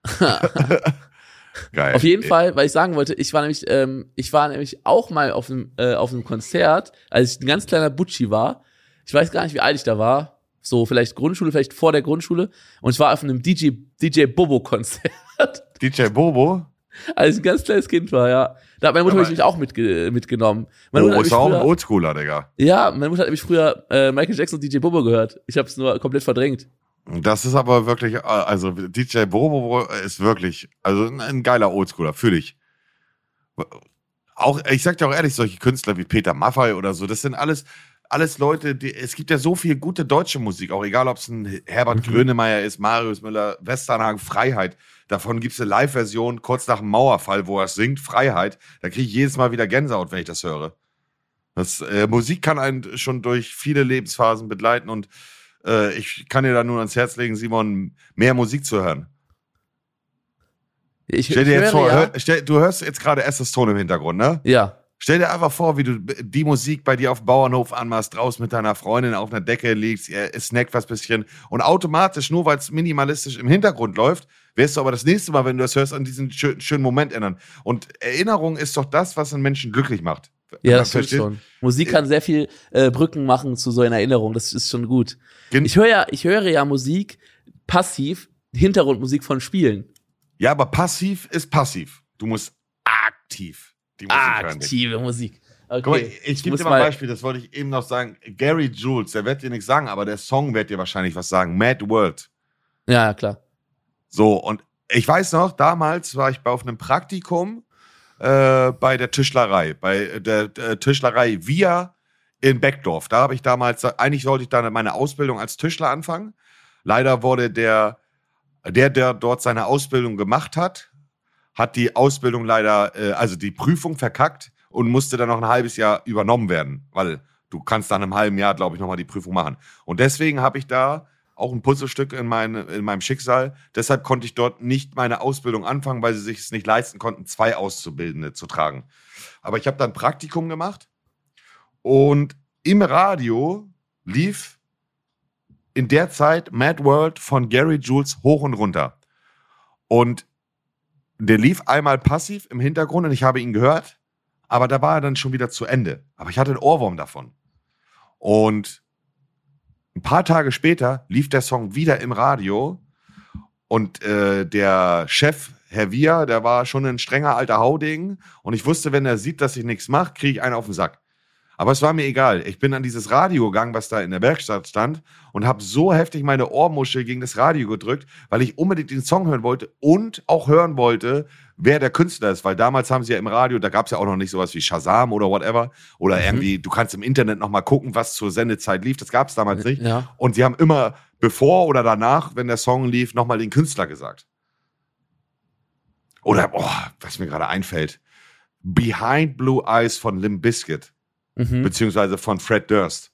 Geil. Auf jeden Fall, weil ich sagen wollte, ich war nämlich auch mal auf einem Konzert, als ich ein ganz kleiner Butschi war. Ich weiß gar nicht, wie alt ich da war. So vielleicht Grundschule, vielleicht vor der Grundschule. Und ich war auf einem DJ Bobo Konzert. DJ Bobo? Als ich ein ganz kleines Kind war, ja. Da hat meine Mutter mich auch mitgenommen. Ist auch ein Oldschooler, Digga. Ja, meine Mutter hat nämlich früher Michael Jackson und DJ Bobo gehört. Ich habe es nur komplett verdrängt. Das ist aber wirklich, also DJ Bobo ist wirklich, also ein geiler Oldschooler, fühle ich. Auch, ich sag dir auch ehrlich, solche Künstler wie Peter Maffay oder so, das sind alles Leute, es gibt ja so viel gute deutsche Musik, auch egal, ob es ein Herbert Grönemeyer ist, Marius Müller, Westernhagen, Freiheit. Davon gibt es eine Live-Version kurz nach dem Mauerfall, wo er singt, Freiheit. Da kriege ich jedes Mal wieder Gänsehaut, wenn ich das höre. Musik kann einen schon durch viele Lebensphasen begleiten und Ich kann dir da nur ans Herz legen, Simon, mehr Musik zu hören. Stell dir jetzt vor, du hörst jetzt gerade Estes Ton im Hintergrund, ne? Ja. Stell dir einfach vor, wie du die Musik bei dir auf dem Bauernhof anmachst, draußen mit deiner Freundin auf einer Decke liegst, ihr snackt was bisschen und automatisch, nur weil es minimalistisch im Hintergrund läuft, wirst du aber das nächste Mal, wenn du das hörst, an diesen schönen Moment erinnern. Und Erinnerung ist doch das, was einen Menschen glücklich macht. Ja, das stimmt schon. Musik kann sehr viel Brücken machen zu so einer Erinnerung, das ist schon gut. Ich höre ja Musik passiv, Hintergrundmusik von Spielen. Ja, aber passiv ist passiv. Du musst aktiv die Musik hören. Aktive Musik. Okay. Guck mal, ich gebe dir mal ein Beispiel, das wollte ich eben noch sagen. Gary Jules, der wird dir nichts sagen, aber der Song wird dir wahrscheinlich was sagen. Mad World. Ja, klar. So, und ich weiß noch, damals war ich auf einem Praktikum bei der Tischlerei. Bei der Tischlerei Via in Beckdorf. Da habe ich damals, eigentlich sollte ich da meine Ausbildung als Tischler anfangen. Leider wurde der dort seine Ausbildung gemacht hat die Ausbildung leider, also die Prüfung verkackt und musste dann noch ein halbes Jahr übernommen werden, weil du kannst nach einem halben Jahr, glaube ich, nochmal die Prüfung machen. Und deswegen habe ich da auch ein Puzzlestück in meinem Schicksal. Deshalb konnte ich dort nicht meine Ausbildung anfangen, weil sie sich es nicht leisten konnten, 2 Auszubildende zu tragen. Aber ich habe dann Praktikum gemacht und im Radio lief in der Zeit Mad World von Gary Jules hoch und runter. Und der lief einmal passiv im Hintergrund und ich habe ihn gehört, aber da war er dann schon wieder zu Ende. Aber ich hatte einen Ohrwurm davon. Und ein paar Tage später lief der Song wieder im Radio und der Chef, Herr Via, der war schon ein strenger alter Haudegen und ich wusste, wenn er sieht, dass ich nichts mache, kriege ich einen auf den Sack. Aber es war mir egal. Ich bin an dieses Radio gegangen, was da in der Werkstatt stand und habe so heftig meine Ohrmuschel gegen das Radio gedrückt, weil ich unbedingt den Song hören wollte und auch hören wollte, wer der Künstler ist. Weil damals haben sie ja im Radio, da gab es ja auch noch nicht sowas wie Shazam oder whatever. Oder irgendwie, du kannst im Internet noch mal gucken, was zur Sendezeit lief. Das gab es damals nicht. Ja. Und sie haben immer bevor oder danach, wenn der Song lief, noch mal den Künstler gesagt. Oder, was mir gerade einfällt, Behind Blue Eyes von Limp Bizkit. Beziehungsweise von Fred Durst.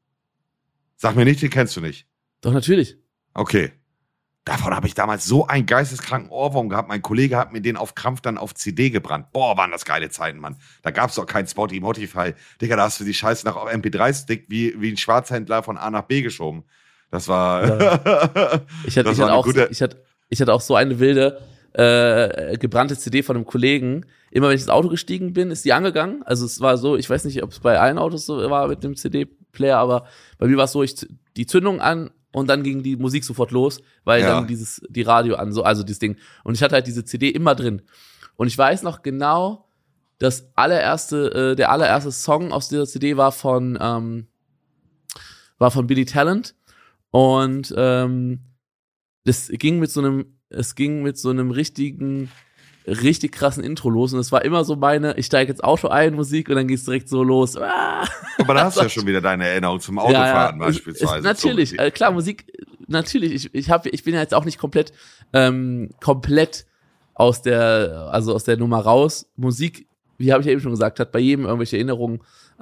Sag mir nicht, den kennst du nicht. Doch, natürlich. Okay. Davon habe ich damals so einen geisteskranken Ohrwurm gehabt. Mein Kollege hat mir den auf Krampf dann auf CD gebrannt. Boah, waren das geile Zeiten, Mann. Da gab es doch kein Spotify. Digga, da hast du die Scheiße nach MP3-Stick wie ein Schwarzhändler von A nach B geschoben. Das war... Ja. Ich hatte auch so eine wilde gebrannte CD von einem Kollegen. Immer wenn ich ins Auto gestiegen bin, ist die angegangen. Also es war so, ich weiß nicht, ob es bei allen Autos so war mit dem CD-Player, aber bei mir war es so, die Zündung an und dann ging die Musik sofort los, weil dann die Radio an, so, also dieses Ding. Und ich hatte halt diese CD immer drin. Und ich weiß noch genau, der allererste Song aus dieser CD war von Billy Talent. Und es ging mit so einem richtig krassen Intro los und es war immer so ich steige ins Auto ein, Musik und dann geht's direkt so los. Aber da hast du ja schon wieder deine Erinnerung zum Autofahren beispielsweise. Natürlich, klar, Musik, natürlich. Ich bin ja jetzt auch nicht komplett aus der Nummer raus. Musik, wie habe ich ja eben schon gesagt, hat bei jedem irgendwelche Erinnerungen,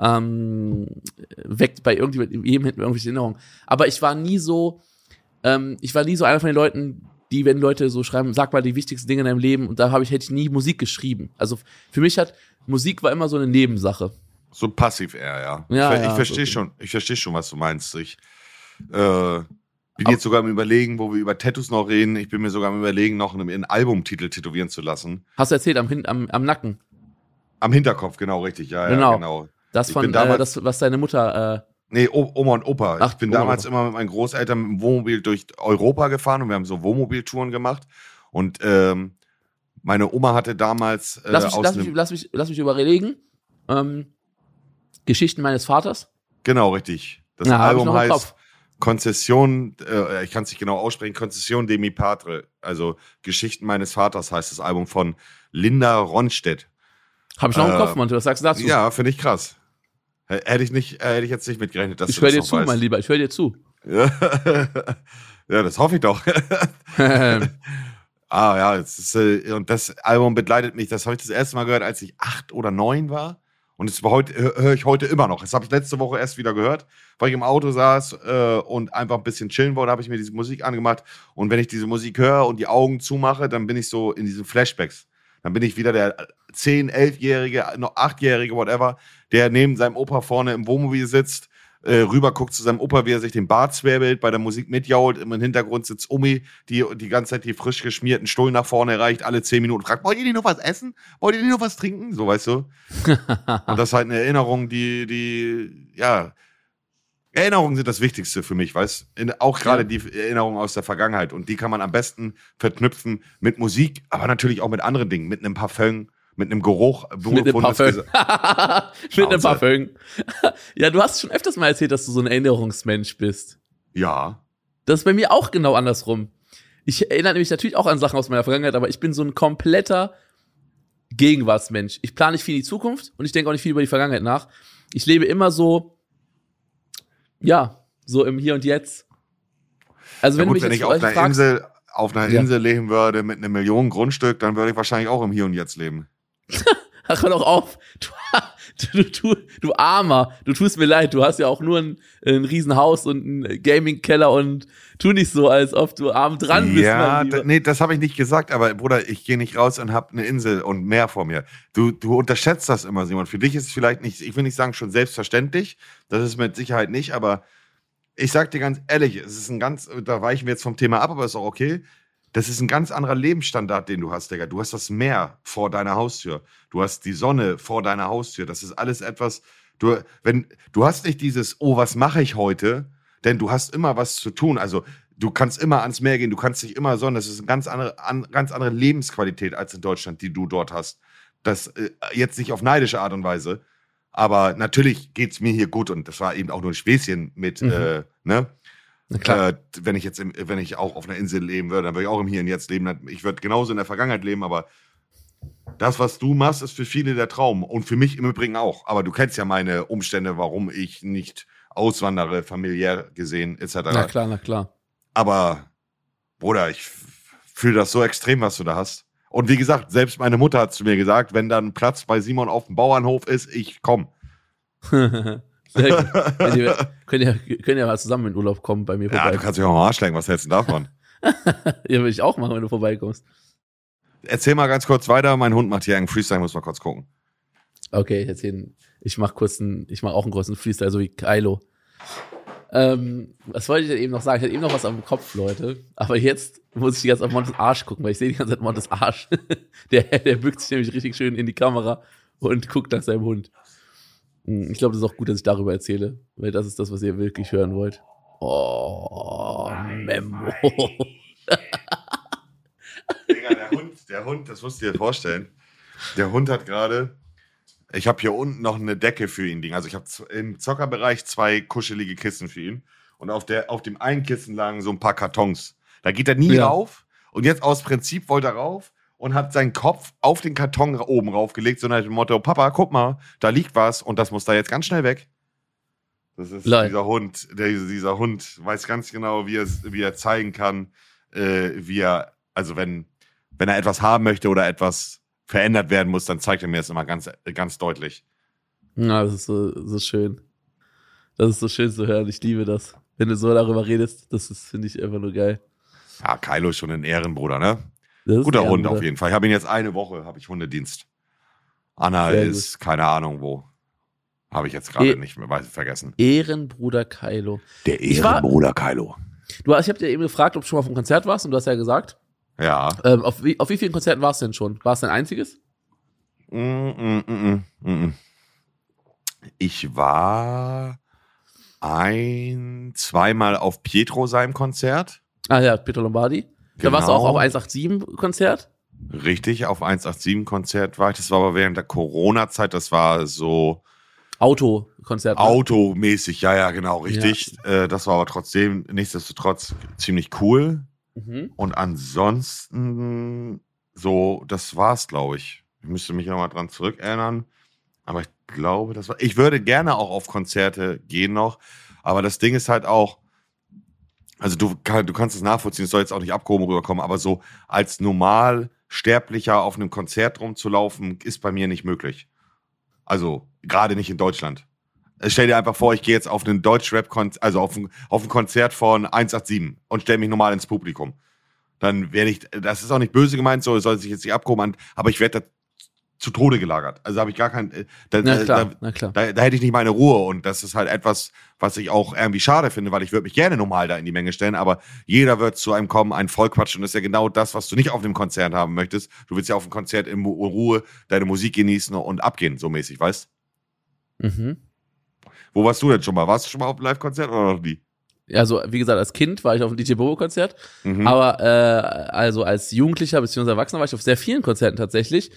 weckt bei jedem irgendwelche Erinnerungen. Aber ich war nie so einer von den Leuten, die, wenn Leute so schreiben, sag mal die wichtigsten Dinge in deinem Leben, und da hätte ich nie Musik geschrieben. Also für mich Musik war immer so eine Nebensache. So passiv eher, ja. Ich verstehe schon, was du meinst. Ich bin jetzt sogar am Überlegen, wo wir über Tattoos noch reden, ich bin mir sogar am Überlegen, noch einen Albumtitel tätowieren zu lassen. Hast du erzählt, am Nacken? Am Hinterkopf, genau, richtig, genau. Das was deine Mutter... Nee, Oma und Opa. Ich bin damals immer mit meinen Großeltern mit dem Wohnmobil durch Europa gefahren und wir haben so Wohnmobiltouren gemacht. Und meine Oma hatte damals lass mich überlegen. Geschichten meines Vaters. Genau, richtig. Das Album heißt Konzession, ich kann es nicht genau aussprechen, Konzession de mi Padre. Also Geschichten meines Vaters heißt das Album von Linda Ronstedt. Habe ich noch im Kopf, Mann. Was sagst du dazu? Ja, finde ich krass. Hätte ich jetzt nicht mitgerechnet, dass ich höre dir zu, mein Lieber, ich höre dir zu. Ja, das hoffe ich doch. Und das Album begleitet mich, das habe ich das erste Mal gehört, als ich 8 oder 9 war. Und das höre ich heute immer noch. Das habe ich letzte Woche erst wieder gehört, weil ich im Auto saß und einfach ein bisschen chillen wollte, habe ich mir diese Musik angemacht. Und wenn ich diese Musik höre und die Augen zumache, dann bin ich so in diesen Flashbacks. Dann bin ich wieder der 10-, 11-Jährige, noch 8-Jährige, whatever, der neben seinem Opa vorne im Wohnmobil sitzt, rüber guckt zu seinem Opa, wie er sich den Bart zwirbelt, bei der Musik mitjault. Im Hintergrund sitzt Omi, die ganze Zeit die frisch geschmierten Stullen nach vorne reicht, alle 10 Minuten fragt, wollt ihr nicht noch was essen? Wollt ihr nicht noch was trinken? So, weißt du. Und das ist halt eine Erinnerung, Erinnerungen sind das Wichtigste für mich, weißt du? Auch gerade die Erinnerungen aus der Vergangenheit. Und die kann man am besten verknüpfen mit Musik, aber natürlich auch mit anderen Dingen, mit einem Parfum, mit einem Geruch. Mit einem Parfum. Mit einem Parfum. Ja, du hast schon öfters mal erzählt, dass du so ein Erinnerungsmensch bist. Ja. Das ist bei mir auch genau andersrum. Ich erinnere mich natürlich auch an Sachen aus meiner Vergangenheit, aber ich bin so ein kompletter Gegenwartsmensch. Ich plane nicht viel in die Zukunft und ich denke auch nicht viel über die Vergangenheit nach. Ich lebe immer so, so im Hier und Jetzt. Also wenn ich auf einer Insel leben würde mit 1 Million Grundstück, dann würde ich wahrscheinlich auch im Hier und Jetzt leben. Ach, hör doch auf. Du Armer. Du tust mir leid. Du hast ja auch nur ein Riesenhaus und einen Gaming-Keller und tu nicht so, als ob du arm dran bist. Ja, das habe ich nicht gesagt, aber Bruder, ich gehe nicht raus und habe eine Insel und Meer vor mir. Du unterschätzt das immer, Simon. Für dich ist es vielleicht nicht, ich will nicht sagen schon selbstverständlich, das ist mit Sicherheit nicht, aber ich sag dir ganz ehrlich, es ist da weichen wir jetzt vom Thema ab, aber ist auch okay. Das ist ein ganz anderer Lebensstandard, den du hast, Digga. Du hast das Meer vor deiner Haustür. Du hast die Sonne vor deiner Haustür. Das ist alles etwas, du hast nicht dieses, oh, was mache ich heute? Denn du hast immer was zu tun. Also du kannst immer ans Meer gehen, du kannst dich immer sonnen. Das ist eine ganz andere Lebensqualität als in Deutschland, die du dort hast. Das jetzt nicht auf neidische Art und Weise. Aber natürlich geht's mir hier gut und das war eben auch nur ein Späßchen mit, ne? Na klar. Wenn ich auch auf einer Insel leben würde, dann würde ich auch im Hier und Jetzt leben. Ich würde genauso in der Vergangenheit leben, aber das, was du machst, ist für viele der Traum. Und für mich im Übrigen auch. Aber du kennst ja meine Umstände, warum ich nicht auswandere, familiär gesehen, etc. Na klar. Aber, Bruder, ich fühle das so extrem, was du da hast. Und wie gesagt, selbst meine Mutter hat zu mir gesagt, wenn dann Platz bei Simon auf dem Bauernhof ist, ich komme. Sehr gut. Könnt ihr mal zusammen in Urlaub kommen bei mir vorbei. Ja, du kannst dich auch mal Arsch lecken, was hältst du davon? Ja, will ich auch machen, wenn du vorbeikommst. Erzähl mal ganz kurz weiter, mein Hund macht hier einen Freestyle, muss mal kurz gucken. Okay, ich mach auch einen kurzen Freestyle, so wie Kylo. Was wollte ich denn eben noch sagen? Ich hatte eben noch was am Kopf, Leute. Aber jetzt muss ich die ganze Zeit auf Montes Arsch gucken, weil ich sehe die ganze Zeit Montes Arsch. Der bückt sich nämlich richtig schön in die Kamera und guckt nach seinem Hund. Ich glaube, das ist auch gut, dass ich darüber erzähle, weil das ist das, was ihr wirklich hören wollt. Oh, Memo. Digga, der Hund, das musst du dir vorstellen. Der Hund hat gerade, ich habe hier unten noch eine Decke für ihn liegen. Also ich habe im Zockerbereich 2 kuschelige Kissen für ihn. Und auf dem einen Kissen lagen so ein paar Kartons. Da geht er nie rauf. Und jetzt aus Prinzip wollte er rauf und hat seinen Kopf auf den Karton oben raufgelegt, so nach dem Motto, Papa, guck mal, da liegt was und das muss da jetzt ganz schnell weg. Das ist dieser Hund, dieser Hund weiß ganz genau, wie er zeigen kann, also wenn er etwas haben möchte oder etwas verändert werden muss, dann zeigt er mir das immer ganz, ganz deutlich. Ja, das ist so schön. Das ist so schön zu hören, ich liebe das. Wenn du so darüber redest, finde ich einfach nur geil. Ja, Kylo ist schon ein Ehrenbruder, ne? Guter Hund auf jeden Fall. Ich habe ihn jetzt eine Woche, Hundedienst. Anna ist keine Ahnung wo. Habe ich jetzt gerade nicht mehr vergessen. Ehrenbruder Kylo. Der Ehrenbruder Kylo. Ich habe dir eben gefragt, ob du schon mal auf einem Konzert warst und du hast ja gesagt. Ja. Auf wie vielen Konzerten warst du denn schon? War es dein einziges? Ich war zweimal auf Pietro seinem Konzert. Ah ja, Pietro Lombardi. Da warst du auch auf 187-Konzert? Richtig, auf 187-Konzert war ich. Das war aber während der Corona-Zeit, das war so Autokonzert. Ne? Automäßig, ja, genau, richtig. Ja. Das war aber trotzdem, nichtsdestotrotz, ziemlich cool. Mhm. Und ansonsten, so, das war's, glaube ich. Ich müsste mich nochmal dran zurückerinnern. Aber ich glaube, das war. Ich würde gerne auch auf Konzerte gehen noch. Aber das Ding ist halt auch, also du kannst es nachvollziehen, es soll jetzt auch nicht abgehoben rüberkommen, aber so als Normalsterblicher auf einem Konzert rumzulaufen, ist bei mir nicht möglich. Also, gerade nicht in Deutschland. Stell dir einfach vor, ich gehe jetzt auf einen Deutsch-Rap-Konzert, also auf ein Konzert von 187 und stelle mich normal ins Publikum. Dann werde ich, das ist auch nicht böse gemeint, so soll sich jetzt nicht abgehoben, aber ich werde da zu Tode gelagert. Also habe ich gar kein, da hätte ich nicht meine Ruhe und das ist halt etwas, was ich auch irgendwie schade finde, weil ich würde mich gerne normal da in die Menge stellen, aber jeder wird zu einem kommen, einen vollquatschen und das ist ja genau das, was du nicht auf dem Konzert haben möchtest. Du willst ja auf dem Konzert in Ruhe deine Musik genießen und abgehen, so mäßig, weißt? Mhm. Wo warst du denn schon mal? Warst du schon mal auf einem Live-Konzert oder noch nie? Also, wie gesagt, als Kind war ich auf dem DJ Bobo-Konzert, aber also als Jugendlicher bzw. Erwachsener war ich auf sehr vielen Konzerten tatsächlich.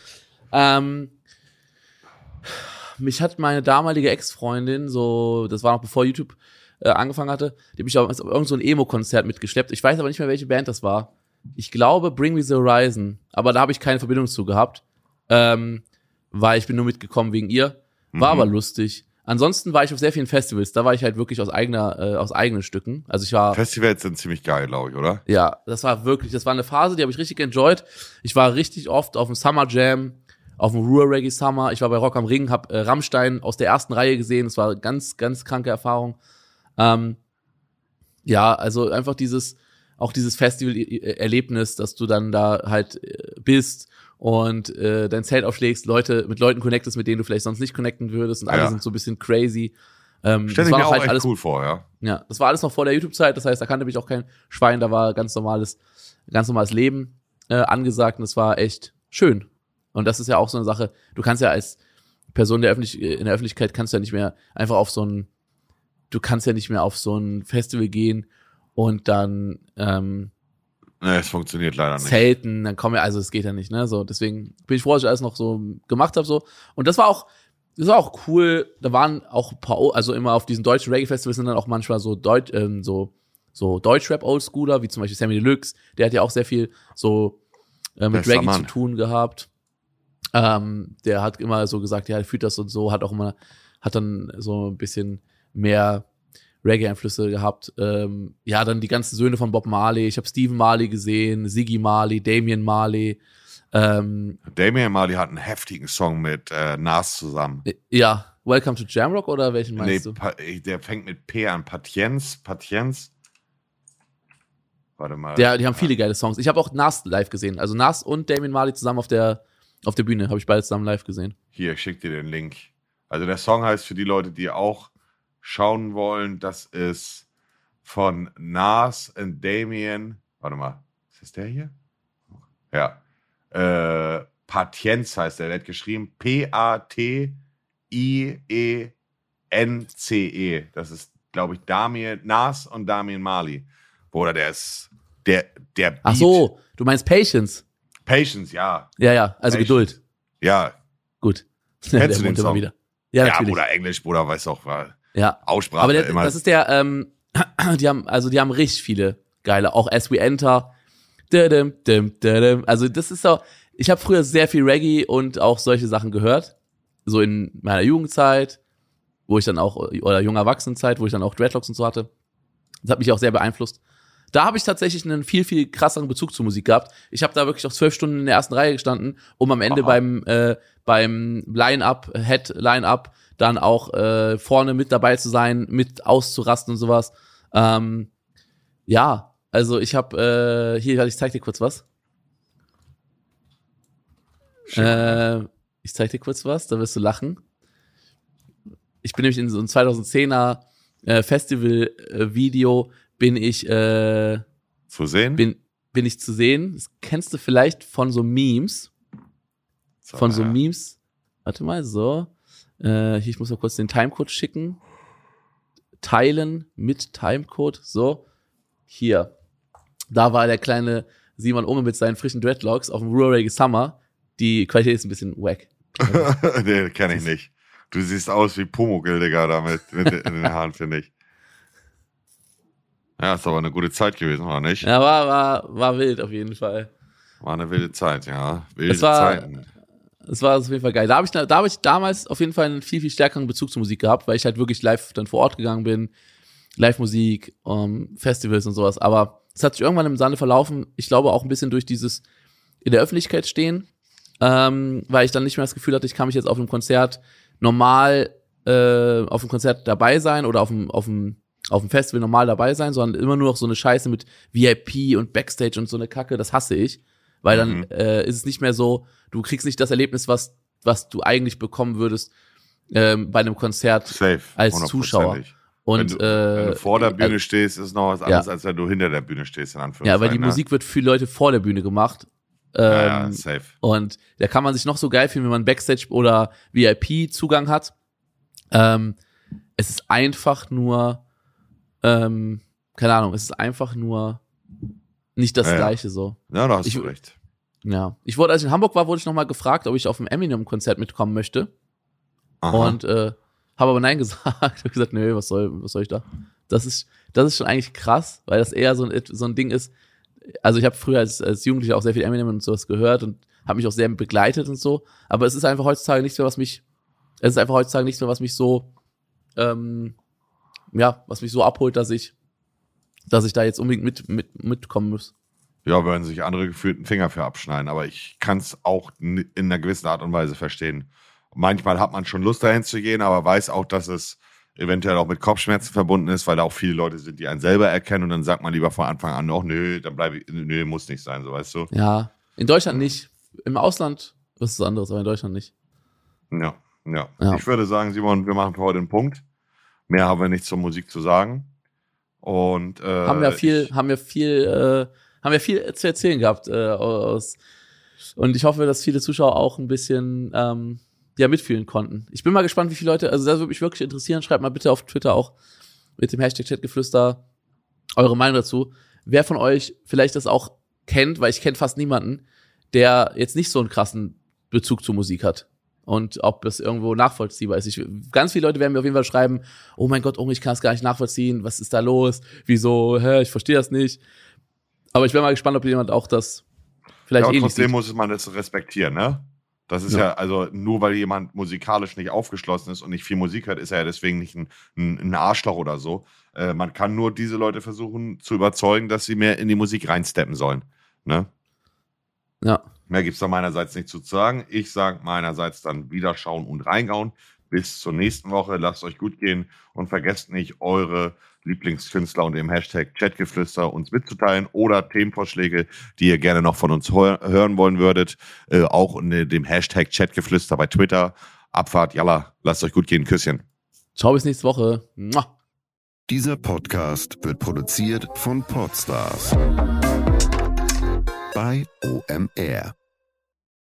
Mich hat meine damalige Ex-Freundin, so, das war noch bevor YouTube angefangen hatte, die hat mich auf irgend so ein Emo-Konzert mitgeschleppt. Ich weiß aber nicht mehr, welche Band das war. Ich glaube Bring Me the Horizon, aber da habe ich keine Verbindung zu gehabt, weil ich bin nur mitgekommen wegen ihr. War aber lustig. Ansonsten war ich auf sehr vielen Festivals. Da war ich halt wirklich aus eigenen Stücken. Also ich war. Festivals sind ziemlich geil, glaube ich, oder? Ja, das war eine Phase, die habe ich richtig enjoyed. Ich war richtig oft auf dem Summer Jam, auf dem Ruhr Reggae Summer. Ich war bei Rock am Ring, hab Rammstein aus der ersten Reihe gesehen. Das war eine ganz, ganz kranke Erfahrung. Ja, also einfach dieses Festival-Erlebnis, dass du dann da halt bist und dein Zelt aufschlägst, mit Leuten connectest, mit denen du vielleicht sonst nicht connecten würdest und alle sind so ein bisschen crazy. Stell ich mir auch echt alles cool vor, ja. Ja, das war alles noch vor der YouTube-Zeit, das heißt, da kannte mich auch kein Schwein, da war ganz normales Leben angesagt und es war echt schön. Und das ist ja auch so eine Sache, du kannst ja als Person in der Öffentlichkeit kannst du ja nicht mehr einfach auf so ein Festival gehen und dann Nee, es funktioniert leider nicht. Zelten, dann also es geht ja nicht, ne? So, deswegen bin ich froh, dass ich alles noch so gemacht habe, so. Und das war auch cool. Da waren auch ein paar, also immer auf diesen deutschen Reggae-Festivals sind dann auch manchmal so Deutschrap-Oldschooler, wie zum Beispiel Sammy Deluxe, der hat ja auch sehr viel so mit Reggae zu tun gehabt. Der hat immer so gesagt, ja, er fühlt das und so, hat dann so ein bisschen mehr Reggae-Einflüsse gehabt. Ja, dann die ganzen Söhne von Bob Marley. Ich habe Stephen Marley gesehen, Ziggy Marley, Damian Marley. Damian Marley hat einen heftigen Song mit Nas zusammen. Ja, Welcome to Jamrock oder welchen meinst du? Der fängt mit P an. Patience. Warte mal. Die haben viele geile Songs. Ich habe auch Nas live gesehen. Also Nas und Damian Marley zusammen auf der Bühne. Habe ich beide zusammen live gesehen. Hier, ich schick dir den Link. Also der Song heißt für die Leute, die auch schauen wollen, das ist von Nas und Damian. Warte mal, ist das der hier? Ja. Patience heißt der hat geschrieben Patience. Das ist, glaube ich, Nas und Damian Marley. Bruder, der ist der Beat. Ach so, du meinst Patience. Patience, ja. Ja, also Patience. Geduld. Ja. Gut. Kennst du den Song? Wieder. Ja, natürlich. Bruder, Englisch, Bruder, weiß auch, ja. Aussprache aber immer. Das ist der, die haben richtig viele geile, auch As We Enter. Also das ist so, ich habe früher sehr viel Reggae und auch solche Sachen gehört, so in meiner Jugendzeit, oder junger Erwachsenenzeit, wo ich dann auch Dreadlocks und so hatte. Das hat mich auch sehr beeinflusst. Da habe ich tatsächlich einen viel, viel krasseren Bezug zur Musik gehabt. Ich habe da wirklich auch 12 Stunden in der ersten Reihe gestanden, um am Ende beim Head-Line-Up dann auch vorne mit dabei zu sein, mit auszurasten und sowas. Ja, also ich habe ich zeig dir kurz was. Ich zeig dir kurz was, da wirst du lachen. Ich bin nämlich in so einem 2010er Festival-Video bin ich zu sehen? Bin ich zu sehen. Das kennst du vielleicht von so Memes. Memes. Warte mal, so. Hier, ich muss mal kurz den Timecode schicken. Teilen mit Timecode. So. Hier. Da war der kleine Simon Unge mit seinen frischen Dreadlocks auf dem Ruhr Reggae Summer. Die Qualität ist ein bisschen wack. Den kenne ich nicht. Du siehst aus wie Pumuckl, Digga, da mit in den Haaren, finde ich. Ja, ist aber eine gute Zeit gewesen, oder nicht? Ja, war wild auf jeden Fall. War eine wilde Zeit, ja. Wilde Zeiten. Es war auf jeden Fall geil. Da habe ich damals auf jeden Fall einen viel, viel stärkeren Bezug zur Musik gehabt, weil ich halt wirklich live dann vor Ort gegangen bin. Live-Musik, Festivals und sowas. Aber es hat sich irgendwann im Sande verlaufen. Ich glaube auch ein bisschen durch dieses in der Öffentlichkeit stehen, weil ich dann nicht mehr das Gefühl hatte, ich kann mich jetzt auf einem Konzert normal auf dem Konzert dabei sein oder auf dem Festival normal dabei sein, sondern immer nur noch so eine Scheiße mit VIP und Backstage und so eine Kacke, das hasse ich. Weil dann ist es nicht mehr so, du kriegst nicht das Erlebnis, was du eigentlich bekommen würdest bei einem Konzert Safe, als Zuschauer. Und wenn du vor der Bühne stehst, ist noch was anderes, als wenn du hinter der Bühne stehst, in Anführungszeichen. Ja, weil die Musik wird für Leute vor der Bühne gemacht. Safe. Und da kann man sich noch so geil fühlen, wenn man Backstage oder VIP-Zugang hat. Es ist einfach nur, keine Ahnung, es ist einfach nur nicht das Gleiche so. Ja, da hast du recht. Ja, als ich in Hamburg war, wurde ich nochmal gefragt, ob ich auf ein Eminem-Konzert mitkommen möchte. Aha. Und habe aber nein gesagt. Ich habe gesagt, nö, was soll ich da? Das ist schon eigentlich krass, weil das eher so ein Ding ist. Also ich habe früher als Jugendlicher auch sehr viel Eminem und sowas gehört und habe mich auch sehr begleitet und so. Aber es ist einfach heutzutage nichts mehr, was mich so, was mich so abholt, dass ich da jetzt unbedingt mitkommen muss. Ja, werden sich andere gefühlten Finger für abschneiden, aber ich kann es auch in einer gewissen Art und Weise verstehen. Manchmal hat man schon Lust, dahin zu gehen, aber weiß auch, dass es eventuell auch mit Kopfschmerzen verbunden ist, weil da auch viele Leute sind, die einen selber erkennen und dann sagt man lieber von Anfang an noch, nö, muss nicht sein, so weißt du. Ja, in Deutschland nicht. Im Ausland ist es anderes, aber in Deutschland nicht. Ja. Ich würde sagen, Simon, wir machen für heute einen Punkt. Mehr haben wir nicht zur Musik zu sagen. Und haben wir viel zu erzählen gehabt und ich hoffe, dass viele Zuschauer auch ein bisschen mitfühlen konnten. Ich bin mal gespannt, wie viele Leute, also das würde mich wirklich interessieren. Schreibt mal bitte auf Twitter auch mit dem Hashtag Chatgeflüster eure Meinung dazu. Wer von euch vielleicht das auch kennt, weil ich kenne fast niemanden, der jetzt nicht so einen krassen Bezug zur Musik hat. Und ob es irgendwo nachvollziehbar ist. Ganz viele Leute werden mir auf jeden Fall schreiben, oh mein Gott, ich kann es gar nicht nachvollziehen, was ist da los? Wieso, ich verstehe das nicht. Aber ich bin mal gespannt, ob jemand auch das vielleicht ähnlich trotzdem sieht. Muss man das respektieren, ne? Das ist ja, also nur weil jemand musikalisch nicht aufgeschlossen ist und nicht viel Musik hört, ist er ja deswegen nicht ein Arschloch oder so. Man kann nur diese Leute versuchen zu überzeugen, dass sie mehr in die Musik reinsteppen sollen, ne? Ja. Mehr gibt's da meinerseits nicht zu sagen. Ich sage meinerseits dann wieder schauen und reingauen. Bis zur nächsten Woche. Lasst euch gut gehen und vergesst nicht, eure Lieblingskünstler unter dem Hashtag Chatgeflüster uns mitzuteilen oder Themenvorschläge, die ihr gerne noch von uns hören wollen würdet. Auch unter dem Hashtag Chatgeflüster bei Twitter. Abfahrt, yalla, lasst euch gut gehen. Küsschen. Ciao, bis nächste Woche. Mua. Dieser Podcast wird produziert von Podstars bei OMR.